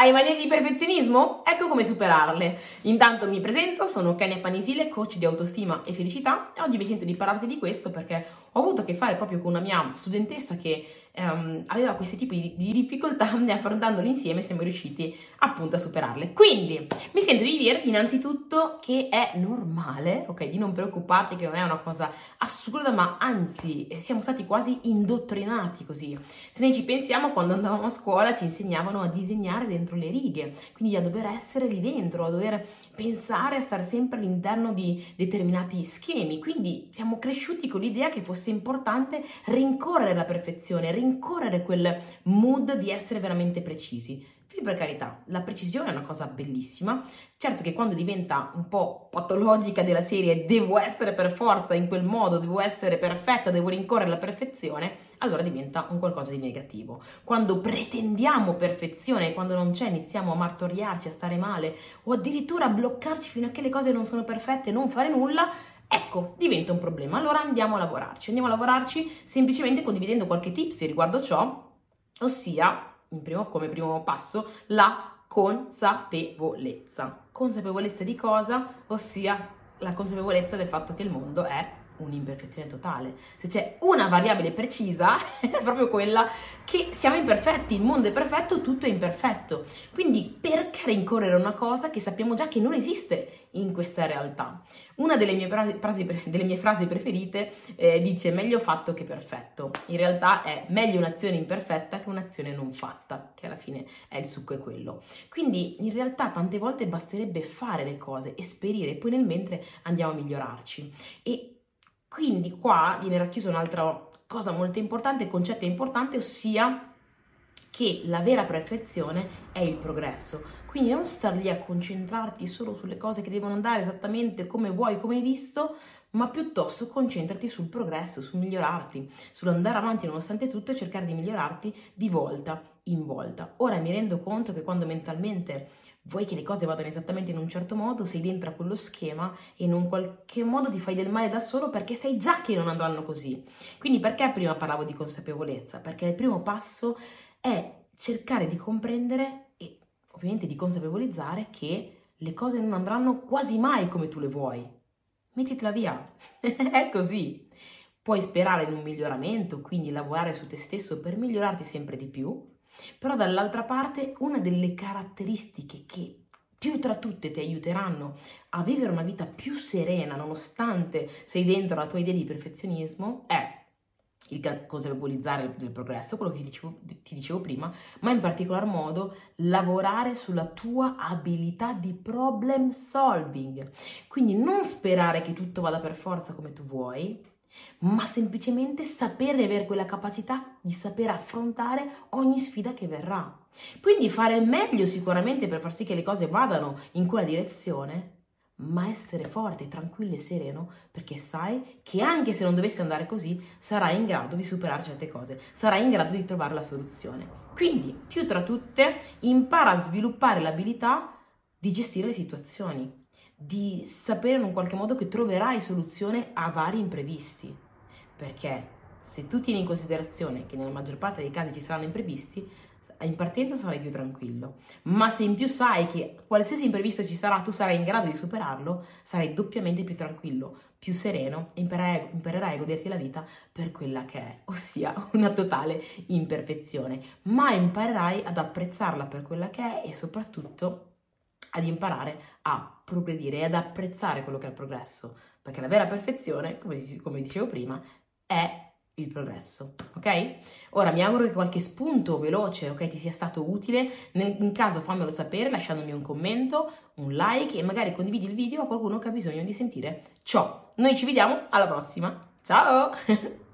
Hai manie di perfezionismo? Ecco come superarle. Intanto mi presento, sono Kenia Panisile, coach di autostima e felicità, e oggi mi sento di parlarti di questo perché ho avuto a che fare proprio con una mia studentessa che aveva questi tipi di difficoltà e affrontandole insieme siamo riusciti appunto a superarle. Quindi mi sento di dirti innanzitutto che è normale, ok, di non preoccuparti, che non è una cosa assurda, ma anzi siamo stati quasi indottrinati così. Se noi ci pensiamo, quando andavamo a scuola ci insegnavano a disegnare dentro le righe, quindi a dover essere lì dentro, a dover pensare, a stare sempre all'interno di determinati schemi, quindi siamo cresciuti con l'idea che fosse importante rincorrere la perfezione, rincorrere quel mood di essere veramente precisi. Per carità, la precisione è una cosa bellissima, certo che quando diventa un po' patologica della serie devo essere per forza in quel modo, devo essere perfetta, devo rincorrere la perfezione, allora diventa un qualcosa di negativo. Quando pretendiamo perfezione, quando non c'è, iniziamo a martoriarci, a stare male o addirittura a bloccarci fino a che le cose non sono perfette e non fare nulla, ecco, diventa un problema. Allora andiamo a lavorarci semplicemente condividendo qualche tips riguardo ciò, ossia come primo passo, la consapevolezza. Consapevolezza di cosa? Ossia la consapevolezza del fatto che il mondo è un'imperfezione totale. Se c'è una variabile precisa è proprio quella che siamo imperfetti, il mondo è perfetto, tutto è imperfetto. Quindi perché rincorrere una cosa che sappiamo già che non esiste in questa realtà? Una delle mie frasi preferite dice meglio fatto che perfetto. In realtà è meglio un'azione imperfetta che un'azione non fatta, che alla fine è il succo, è quello. Quindi in realtà tante volte basterebbe fare le cose, esperire, e poi nel mentre andiamo a migliorarci. E quindi qua viene racchiusa un'altra cosa molto importante, concetto importante, ossia che la vera perfezione è il progresso. Quindi non star lì a concentrarti solo sulle cose che devono andare esattamente come vuoi, come hai visto, ma piuttosto concentrati sul progresso, sul migliorarti, sull'andare avanti nonostante tutto e cercare di migliorarti di volta in volta. Ora mi rendo conto che quando mentalmente vuoi che le cose vadano esattamente in un certo modo, sei dentro a quello schema e in un qualche modo ti fai del male da solo perché sai già che non andranno così. Quindi perché prima parlavo di consapevolezza? Perché il primo passo è cercare di comprendere e ovviamente di consapevolizzare che le cose non andranno quasi mai come tu le vuoi. Mettitela via, è così. Puoi sperare in un miglioramento, quindi lavorare su te stesso per migliorarti sempre di più, però dall'altra parte una delle caratteristiche che più tra tutte ti aiuteranno a vivere una vita più serena nonostante sei dentro la tua idea di perfezionismo è il consapevolizzare del progresso, quello che ti dicevo prima, ma in particolar modo lavorare sulla tua abilità di problem solving. Quindi non sperare che tutto vada per forza come tu vuoi, ma semplicemente sapere di avere quella capacità di saper affrontare ogni sfida che verrà. Quindi fare il meglio sicuramente per far sì che le cose vadano in quella direzione, ma essere forte, tranquillo e sereno, perché sai che anche se non dovesse andare così, sarai in grado di superare certe cose, sarai in grado di trovare la soluzione. Quindi, più tra tutte, impara a sviluppare l'abilità di gestire le situazioni, di sapere in un qualche modo che troverai soluzione a vari imprevisti, perché se tu tieni in considerazione che nella maggior parte dei casi ci saranno imprevisti, in partenza sarai più tranquillo, ma se in più sai che qualsiasi imprevisto ci sarà tu sarai in grado di superarlo, sarai doppiamente più tranquillo, più sereno e imparerai a goderti la vita per quella che è, ossia una totale imperfezione, ma imparerai ad apprezzarla per quella che è e soprattutto ad imparare a progredire e ad apprezzare quello che è il progresso, perché la vera perfezione, come dicevo prima, è il progresso, ok? Ora mi auguro che qualche spunto veloce, ok, ti sia stato utile. In caso fammelo sapere lasciandomi un commento, un like e magari condividi il video a qualcuno che ha bisogno di sentire ciò. Noi ci vediamo alla prossima, ciao!